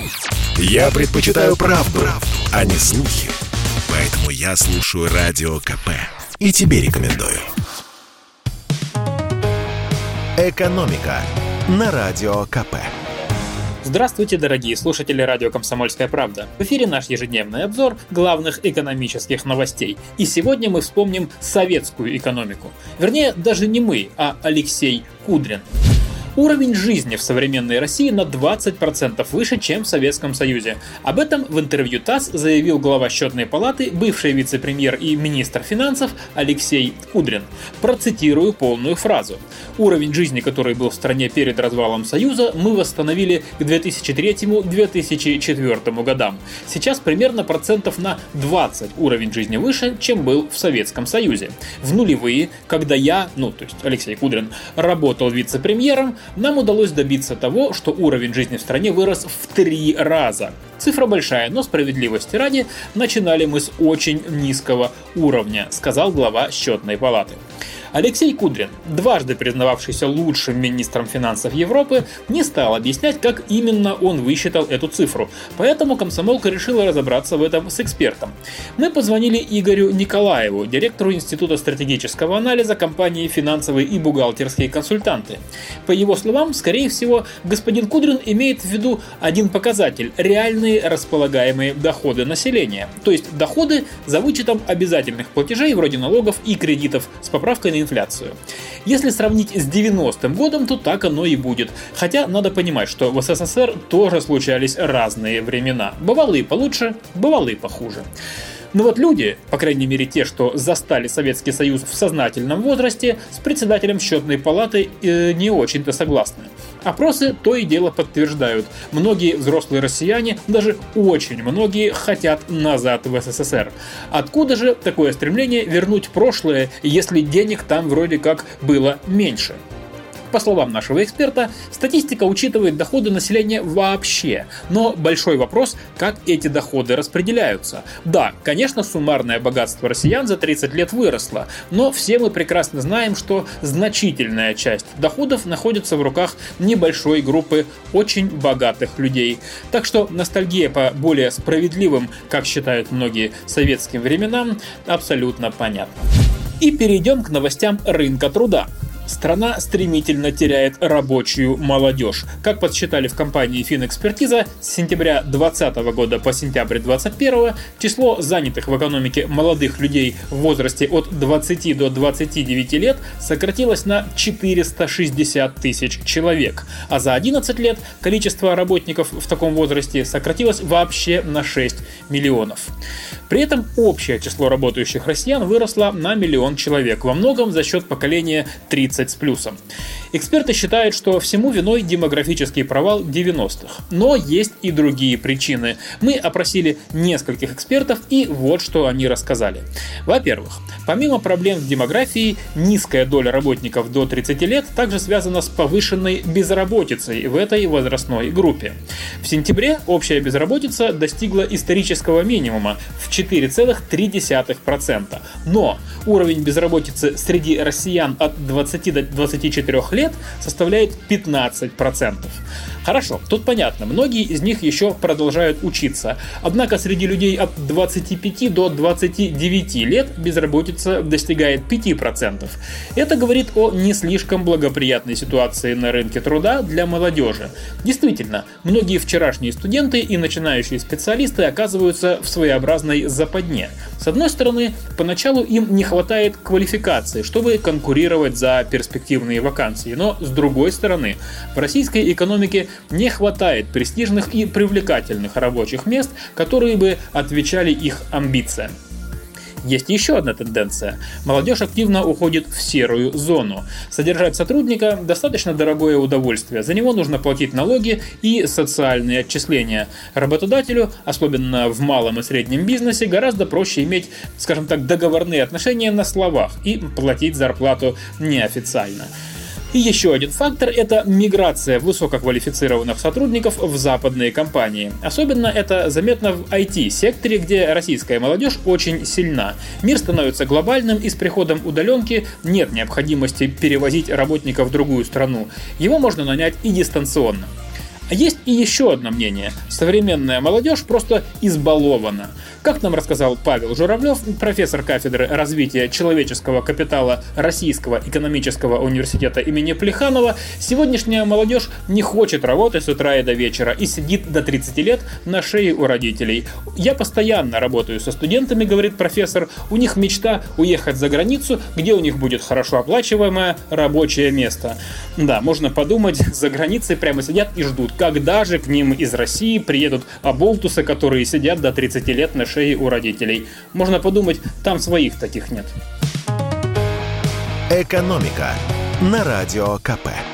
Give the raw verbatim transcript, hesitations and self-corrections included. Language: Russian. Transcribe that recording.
Я предпочитаю правду, правду, а не слухи. Поэтому я слушаю Радио КП. И тебе рекомендую. «Экономика» на Радио КП. Здравствуйте, дорогие слушатели радио «Комсомольская правда». В эфире наш ежедневный обзор главных экономических новостей. И сегодня мы вспомним советскую экономику. Вернее, даже не мы, а Алексей Кудрин. Уровень жизни в современной России на двадцать процентов выше, чем в Советском Союзе. Об этом в интервью ТАСС заявил глава Счетной палаты, бывший вице-премьер и министр финансов Алексей Кудрин. Процитирую полную фразу. Уровень жизни, который был в стране перед развалом Союза, мы восстановили к две тысячи третьему — две тысячи четвёртому годам. Сейчас примерно процентов на двадцать уровень жизни выше, чем был в Советском Союзе. В нулевые, когда я, ну то есть Алексей Кудрин, работал вице-премьером, нам удалось добиться того, что уровень жизни в стране вырос в три раза. Цифра большая, но справедливости ради, начинали мы с очень низкого уровня, сказал глава Счетной палаты. Алексей Кудрин, дважды признававшийся лучшим министром финансов Европы, не стал объяснять, как именно он высчитал эту цифру, поэтому комсомолка решила разобраться в этом с экспертом. Мы позвонили Игорю Николаеву, директору Института стратегического анализа компании «Финансовые и бухгалтерские консультанты». По его словам, скорее всего, господин Кудрин имеет в виду один показатель – реальные располагаемые доходы населения, то есть доходы за вычетом обязательных платежей вроде налогов и кредитов с поправкой на инфляцию. Если сравнить с девяностым годом, то так оно и будет. Хотя надо понимать, что в СССР тоже случались разные времена. Бывало и получше, бывало и похуже. Но вот люди, по крайней мере те, что застали Советский Союз в сознательном возрасте, с председателем Счетной палаты э, не очень-то согласны. Опросы то и дело подтверждают. Многие взрослые россияне, даже очень многие, хотят назад в СССР. Откуда же такое стремление вернуть прошлое, если денег там вроде как было меньше? По словам нашего эксперта, статистика учитывает доходы населения вообще, но большой вопрос, как эти доходы распределяются. Да, конечно, суммарное богатство россиян за тридцать лет выросло, но все мы прекрасно знаем, что значительная часть доходов находится в руках небольшой группы очень богатых людей. Так что ностальгия по более справедливым, как считают многие, советским временам, абсолютно понятна. И перейдем к новостям рынка труда. Страна стремительно теряет рабочую молодежь. Как подсчитали в компании «Финэкспертиза», с сентября двадцатого года по сентябрь двадцать первого число занятых в экономике молодых людей в возрасте от двадцати до двадцати девяти лет сократилось на четыреста шестьдесят тысяч человек, а за одиннадцать лет количество работников в таком возрасте сократилось вообще на шесть миллионов. При этом общее число работающих россиян выросло на миллион человек, во многом за счет поколения тридцать с плюсом. Эксперты считают, что всему виной демографический провал девяностых. Но есть и другие причины. Мы опросили нескольких экспертов, и вот что они рассказали. Во-первых, помимо проблем с демографией, низкая доля работников до тридцати лет также связана с повышенной безработицей в этой возрастной группе. В сентябре общая безработица достигла исторического минимума в четыре целых три десятых процента. Но уровень безработицы среди россиян от двадцати до двадцати четырёх лет составляет пятнадцать процентов. Хорошо, тут понятно, многие из них еще продолжают учиться. Однако среди людей от двадцати пяти до двадцати девяти лет безработица достигает пяти процентов. Это говорит о не слишком благоприятной ситуации на рынке труда для молодежи. Действительно, многие вчерашние студенты и начинающие специалисты оказываются в своеобразной западне. С одной стороны, поначалу им не хватает квалификации, чтобы конкурировать за перспективные вакансии, но с другой стороны, в российской экономике не хватает престижных и привлекательных рабочих мест, которые бы отвечали их амбициям. Есть еще одна тенденция. Молодежь активно уходит в серую зону. Содержать сотрудника – достаточно дорогое удовольствие. За него нужно платить налоги и социальные отчисления. Работодателю, особенно в малом и среднем бизнесе, гораздо проще иметь, скажем так, договорные отношения на словах и платить зарплату неофициально. И еще один фактор – это миграция высококвалифицированных сотрудников в западные компании. Особенно это заметно в ай ти-секторе, где российская молодежь очень сильна. Мир становится глобальным, и с приходом удаленки нет необходимости перевозить работника в другую страну. Его можно нанять и дистанционно. А есть и еще одно мнение. Современная молодежь просто избалована. Как нам рассказал Павел Журавлев, профессор кафедры развития человеческого капитала Российского экономического университета имени Плеханова, сегодняшняя молодежь не хочет работать с утра и до вечера и сидит до тридцати лет на шее у родителей. Я постоянно работаю со студентами, говорит профессор, у них мечта уехать за границу, где у них будет хорошо оплачиваемое рабочее место. Да, можно подумать, за границей прямо сидят и ждут, когда же к ним из России приедут оболтусы, которые сидят до тридцати лет на шее у родителей. Можно подумать, там своих таких нет. Экономика на Радио ка пэ.